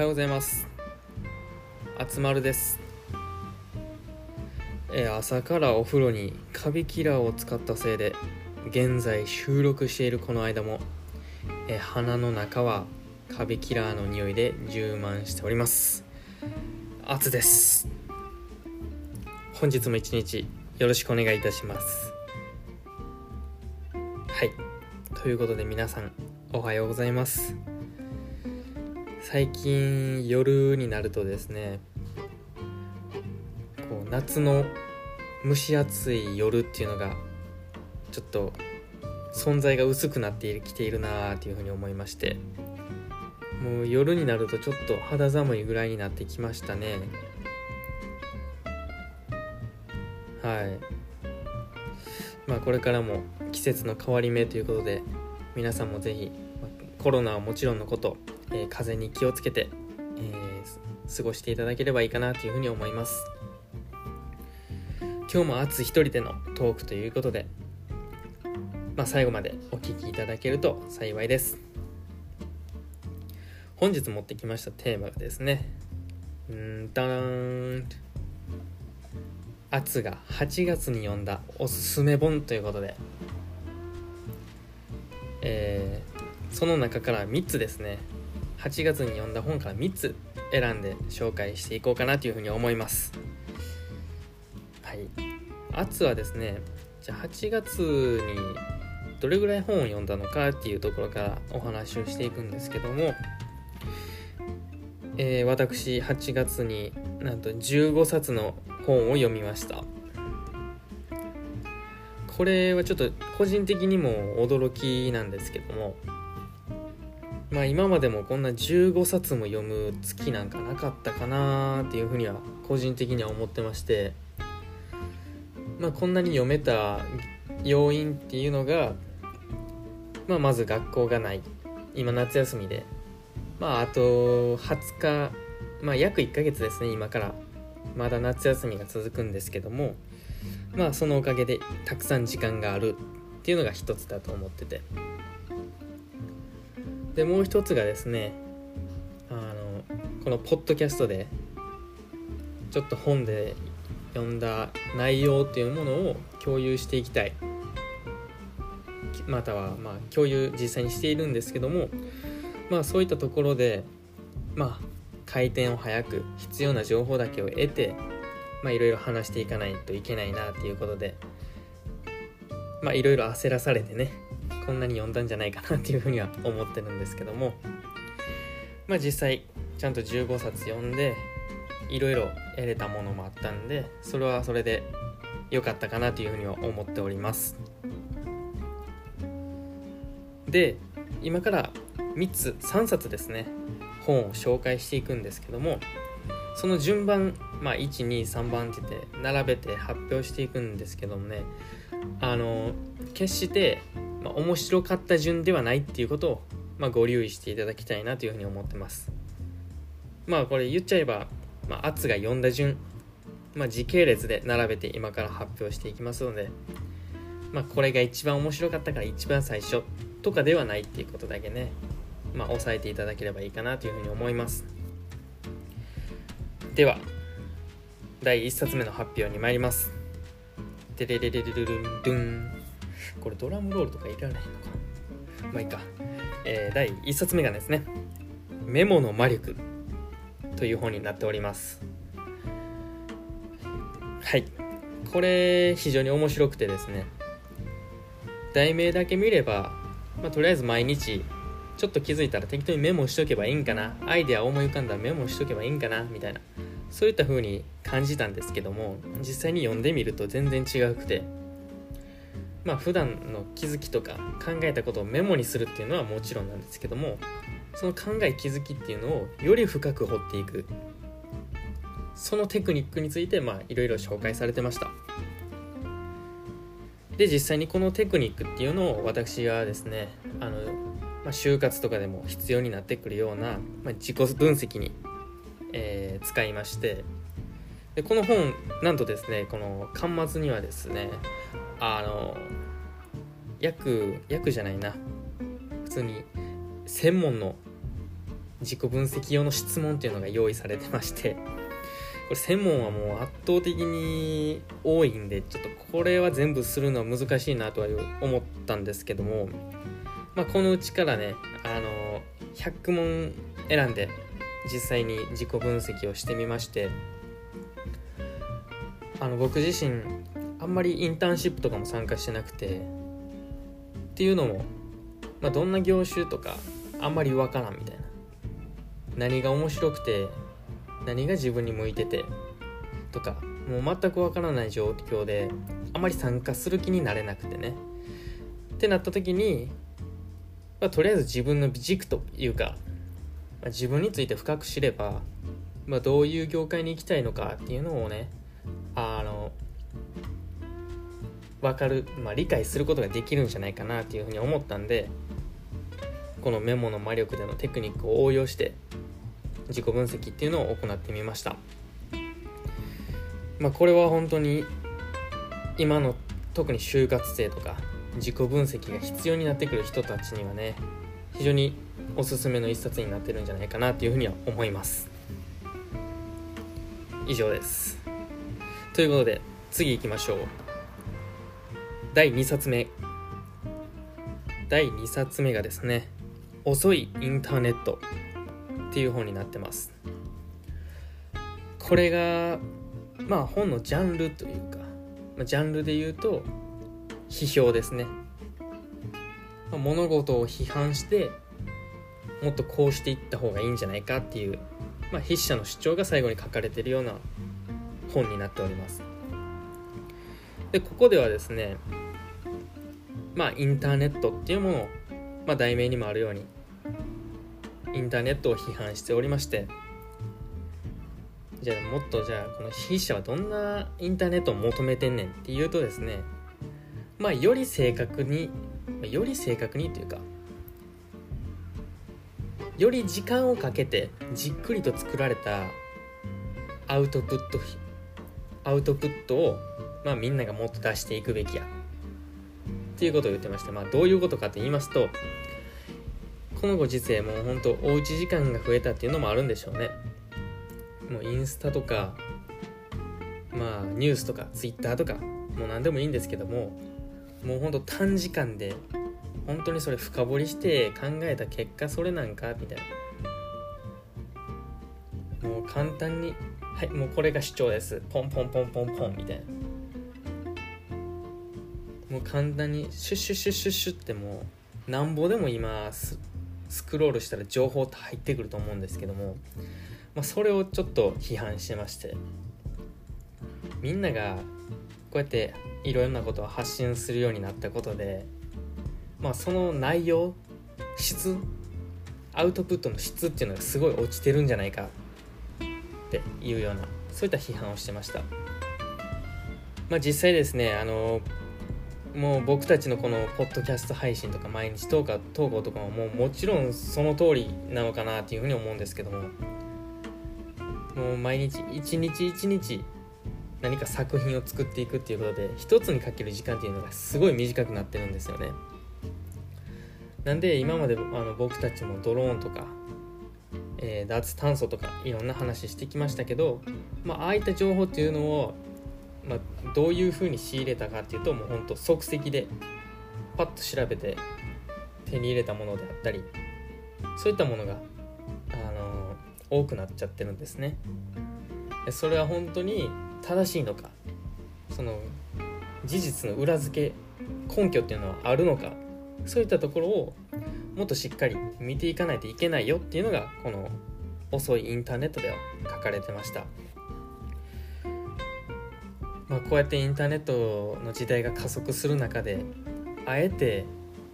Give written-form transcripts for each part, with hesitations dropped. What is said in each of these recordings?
はようございます。あつまるです。朝からお風呂にカビキラーを使ったせいで現在収録しているこの間も、鼻の中はカビキラーの匂いで充満しております。あつです。本日も一日よろしくお願いいたします。はい、ということで皆さんおはようございます。最近夜になるとですね、夏の蒸し暑い夜っていうのがちょっと存在が薄くなってきているなというふうに思いまして、もう夜になるとちょっと肌寒いぐらいになってきましたね。はい、これからも季節の変わり目ということで、皆さんもぜひコロナはもちろんのこと、風邪に気をつけて、過ごしていただければいいかなというふうに思います。今日も一人でのトークということで、最後までお聞きいただけると幸いです。本日持ってきましたテーマがですね、あつが8月に読んだおすすめ本ということで、その中から3つですね、8月に読んだ本から3つ選んで紹介していこうかなというふうに思います。はい、あつはですね、じゃあ8月にどれぐらい本を読んだのかっていうところからお話をしていくんですけども、私8月になんと15冊の本を読みました。これはちょっと個人的にも驚きなんですけども、今までもこんな15冊も読む月なんかなかったかなっていうふうには個人的には思ってまして、こんなに読めた要因っていうのが、まず学校がない、今夏休みで、あと20日、約1ヶ月ですね、今からまだ夏休みが続くんですけども、そのおかげでたくさん時間があるっていうのが一つだと思ってて、でもう一つがですね、このポッドキャストでちょっと本で読んだ内容っていうものを共有していきたい、または共有実際にしているんですけども、そういったところで回転を早く必要な情報だけを得て、いろいろ話していかないといけないなっていうことで、いろいろ焦らされてね、こんなに読んだんじゃないかなっていうふうには思ってるんですけども、実際ちゃんと15冊読んでいろいろ得れたものもあったんで、それはそれで良かったかなというふうには思っております。で、今から3冊ですね、本を紹介していくんですけども、その順番、1、2、3番って言って並べて発表していくんですけどもね、決して面白かった順ではないっていうことを、ご留意していただきたいなというふうに思ってます。これ言っちゃえば、あつが読んだ順、時系列で並べて今から発表していきますので、これが一番面白かったから一番最初とかではないっていうことだけね、押さえていただければいいかなというふうに思います。では第1冊目の発表に参ります。デレレレレレルンドゥン、これドラムロールとかいらないのかいいか。第1冊目がですね、メモの魔力という本になっております。はい、これ非常に面白くてですね、題名だけ見れば、とりあえず毎日ちょっと気づいたら適当にメモしとけばいいんかな、アイデア思い浮かんだらメモしとけばいいんかなみたいな、そういった風に感じたんですけども、実際に読んでみると全然違くて、普段の気づきとか考えたことをメモにするっていうのはもちろんなんですけども、その考え気づきっていうのをより深く掘っていく、そのテクニックについていろいろ紹介されてました。で、実際にこのテクニックっていうのを私はですね、就活とかでも必要になってくるような、自己分析に、使いまして、でこの本なんとですね、この巻末にはですね、訳じゃないな、普通に専門の自己分析用の質問っていうのが用意されてまして、これ専門はもう圧倒的に多いんで、ちょっとこれは全部するのは難しいなとは思ったんですけども、このうちからね100問選んで実際に自己分析をしてみまして、僕自身あんまりインターンシップとかも参加してなくてっていうのも、どんな業種とかあんまりわからんみたいな、何が面白くて何が自分に向いててとかもう全くわからない状況であまり参加する気になれなくてねってなった時に、とりあえず自分の軸というか、自分について深く知れば、どういう業界に行きたいのかっていうのをね分かる、理解することができるんじゃないかなっていうふうに思ったんで、このメモの魔力でのテクニックを応用して自己分析っていうのを行ってみました。これは本当に今の特に就活生とか自己分析が必要になってくる人たちにはね、非常におすすめの一冊になってるんじゃないかなっていうふうには思います。以上です。ということで次行きましょう。第2冊目がですね、遅いインターネットっていう本になってます。これが本のジャンルというか、ジャンルで言うと批評ですね。物事を批判してもっとこうしていった方がいいんじゃないかっていう、筆者の主張が最後に書かれているような本になっております。でここではですね、インターネットっていうものを、題名にもあるようにインターネットを批判しておりまして、じゃあこの筆者はどんなインターネットを求めてんねんっていうとですね、より正確にというか、より時間をかけてじっくりと作られたアウトプットを、みんながもっと出していくべきやっていうことを言ってました。どういうことかと言いますと、このご時世もう本当おうち時間が増えたっていうのもあるんでしょうね。もうインスタとかニュースとかツイッターとかもう何でもいいんですけども、もう本当短時間で本当にそれ深掘りして考えた結果それなんかみたいな、もう簡単にはいもうこれが主張ですポンポンポンポンポンみたいな、もう簡単にシュッシュッシュッシュッシュッってもうなんぼでも今スクロールしたら情報って入ってくると思うんですけども、それをちょっと批判してまして、みんながこうやっていろんなことを発信するようになったことで、その内容アウトプットの質っていうのがすごい落ちてるんじゃないかっていうような、そういった批判をしてました。実際ですね、もう僕たちのこのポッドキャスト配信とか毎日投稿とかももちろんその通りなのかなっていうふうに思うんですけども、もう毎日一日一日何か作品を作っていくっていうことで一つにかける時間っていうのがすごい短くなってるんですよね。なんで今まで僕たちもドローンとか、脱炭素とかいろんな話してきましたけど、ああいった情報っていうのを、どういうふうに仕入れたかっていうと、もうほんと即席でパッと調べて手に入れたものであったり、そういったものが、多くなっちゃってるんですね。それは本当に正しいのか、その事実の裏付け根拠っていうのはあるのか、そういったところをもっとしっかり見ていかないといけないよっていうのがこの遅いインターネットでは書かれてました。こうやってインターネットの時代が加速する中で、あえて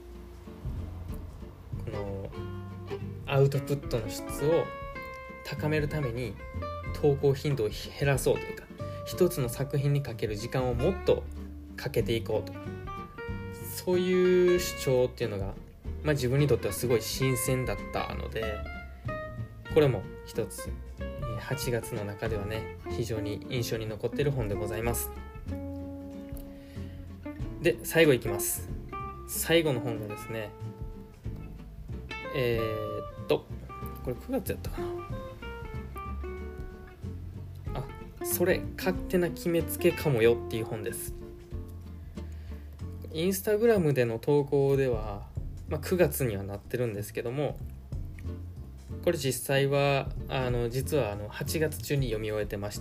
このアウトプットの質を高めるために投稿頻度を減らそうというか、一つの作品にかける時間をもっとかけていこうと、そういう主張っていうのが、自分にとってはすごい新鮮だったので、これも一つ8月の中ではね非常に印象に残っている本でございます。で最後いきます。最後の本がですねこれ9月やったかな。それ勝手な決めつけかもよっていう本です。インスタグラムでの投稿では、9月にはなってるんですけども、これ実際は実は8月中に読み終えてまして、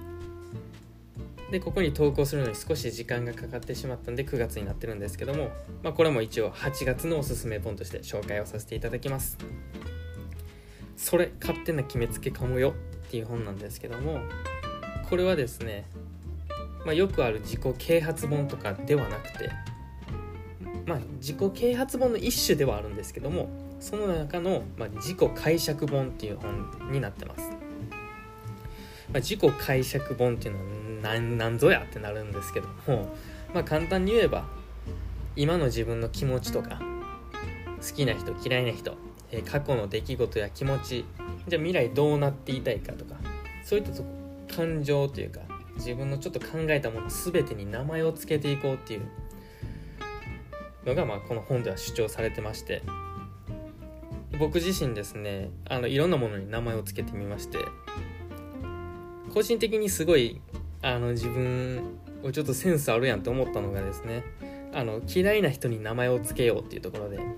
でここに投稿するのに少し時間がかかってしまったんで9月になってるんですけども、これも一応8月のおすすめ本として紹介をさせていただきます。それ勝手な決めつけかもよっていう本なんですけども、これはですね、よくある自己啓発本とかではなくて、自己啓発本の一種ではあるんですけども、その中の、自己解釈本っていう本になってます。自己解釈本っていうのは何ぞやってなるんですけども、簡単に言えば今の自分の気持ちとか好きな人嫌いな人、過去の出来事や気持ち、じゃあ未来どうなっていたいかとか、そういった感情というか自分のちょっと考えたもの全てに名前をつけていこうっていうのがこの本では主張されてまして、僕自身ですねいろんなものに名前をつけてみまして、個人的にすごい自分をちょっとセンスあるやんと思ったのがですね、嫌いな人に名前をつけようっていうところで、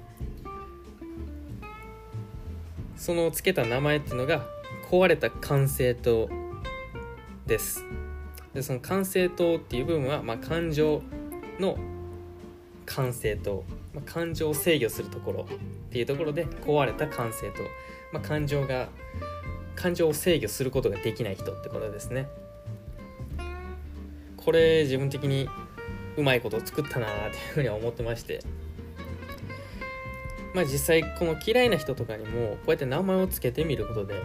そのつけた名前っていうのが壊れた感性とです。でその感性とっていう部分は、感情の感性と、感情を制御するところっていうところで壊れた感性と、感情を制御することができない人ってことですね。これ自分的にうまいことを作ったなっていうふうには思ってまして、実際この嫌いな人とかにもこうやって名前をつけてみることで、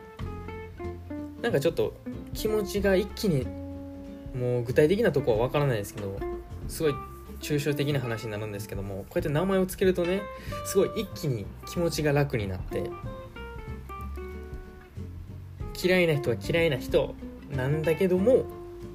ちょっと気持ちが一気に、もう具体的なところは分からないですけど、すごい抽象的な話になるんですけども、こうやって名前をつけるとね、すごい一気に気持ちが楽になって、嫌いな人は嫌いな人なんだけども、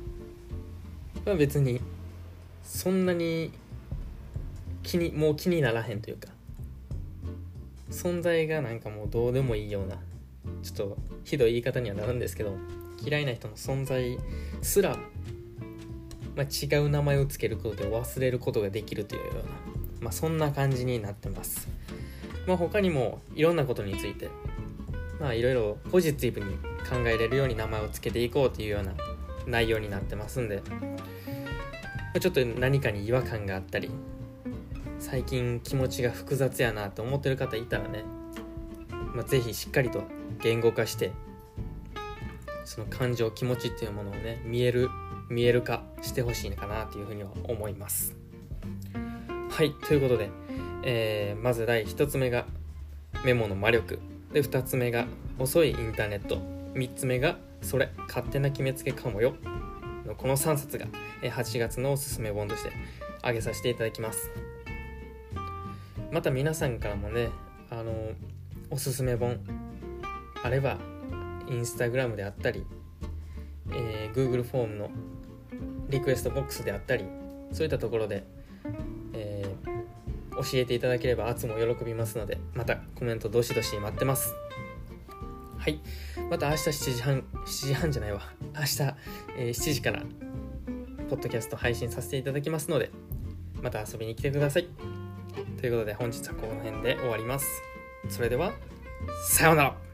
別にそんなにもう気にならへんというか、存在がもうどうでもいいような、ちょっとひどい言い方にはなるんですけど、嫌いな人の存在すら、違う名前をつけることで忘れることができるというような、そんな感じになってます。他にもいろんなことについて、いろいろポジティブに考えれるように名前をつけていこうというような内容になってますんで、ちょっと何かに違和感があったり、最近気持ちが複雑やなと思ってる方いたらね、ぜひしっかりと言語化して、その感情気持ちっていうものをね見える化してほしいかなというふうには思います。はい、ということで、まず第1つ目がメモの魔力で、2つ目が遅いインターネット、3つ目がそれ勝手な決めつけかもよのこの3冊が8月のおすすめ本として挙げさせていただきます。また皆さんからもねおすすめ本あればインスタグラムであったり、Google フォームのリクエストボックスであったり、そういったところで、教えていただければアツも喜びますので、またコメントどしどし待ってます。はい、また明日7時半じゃないわ明日、7時からポッドキャスト配信させていただきますので、また遊びに来てください。ということで本日はこの辺で終わります。それではさようなら。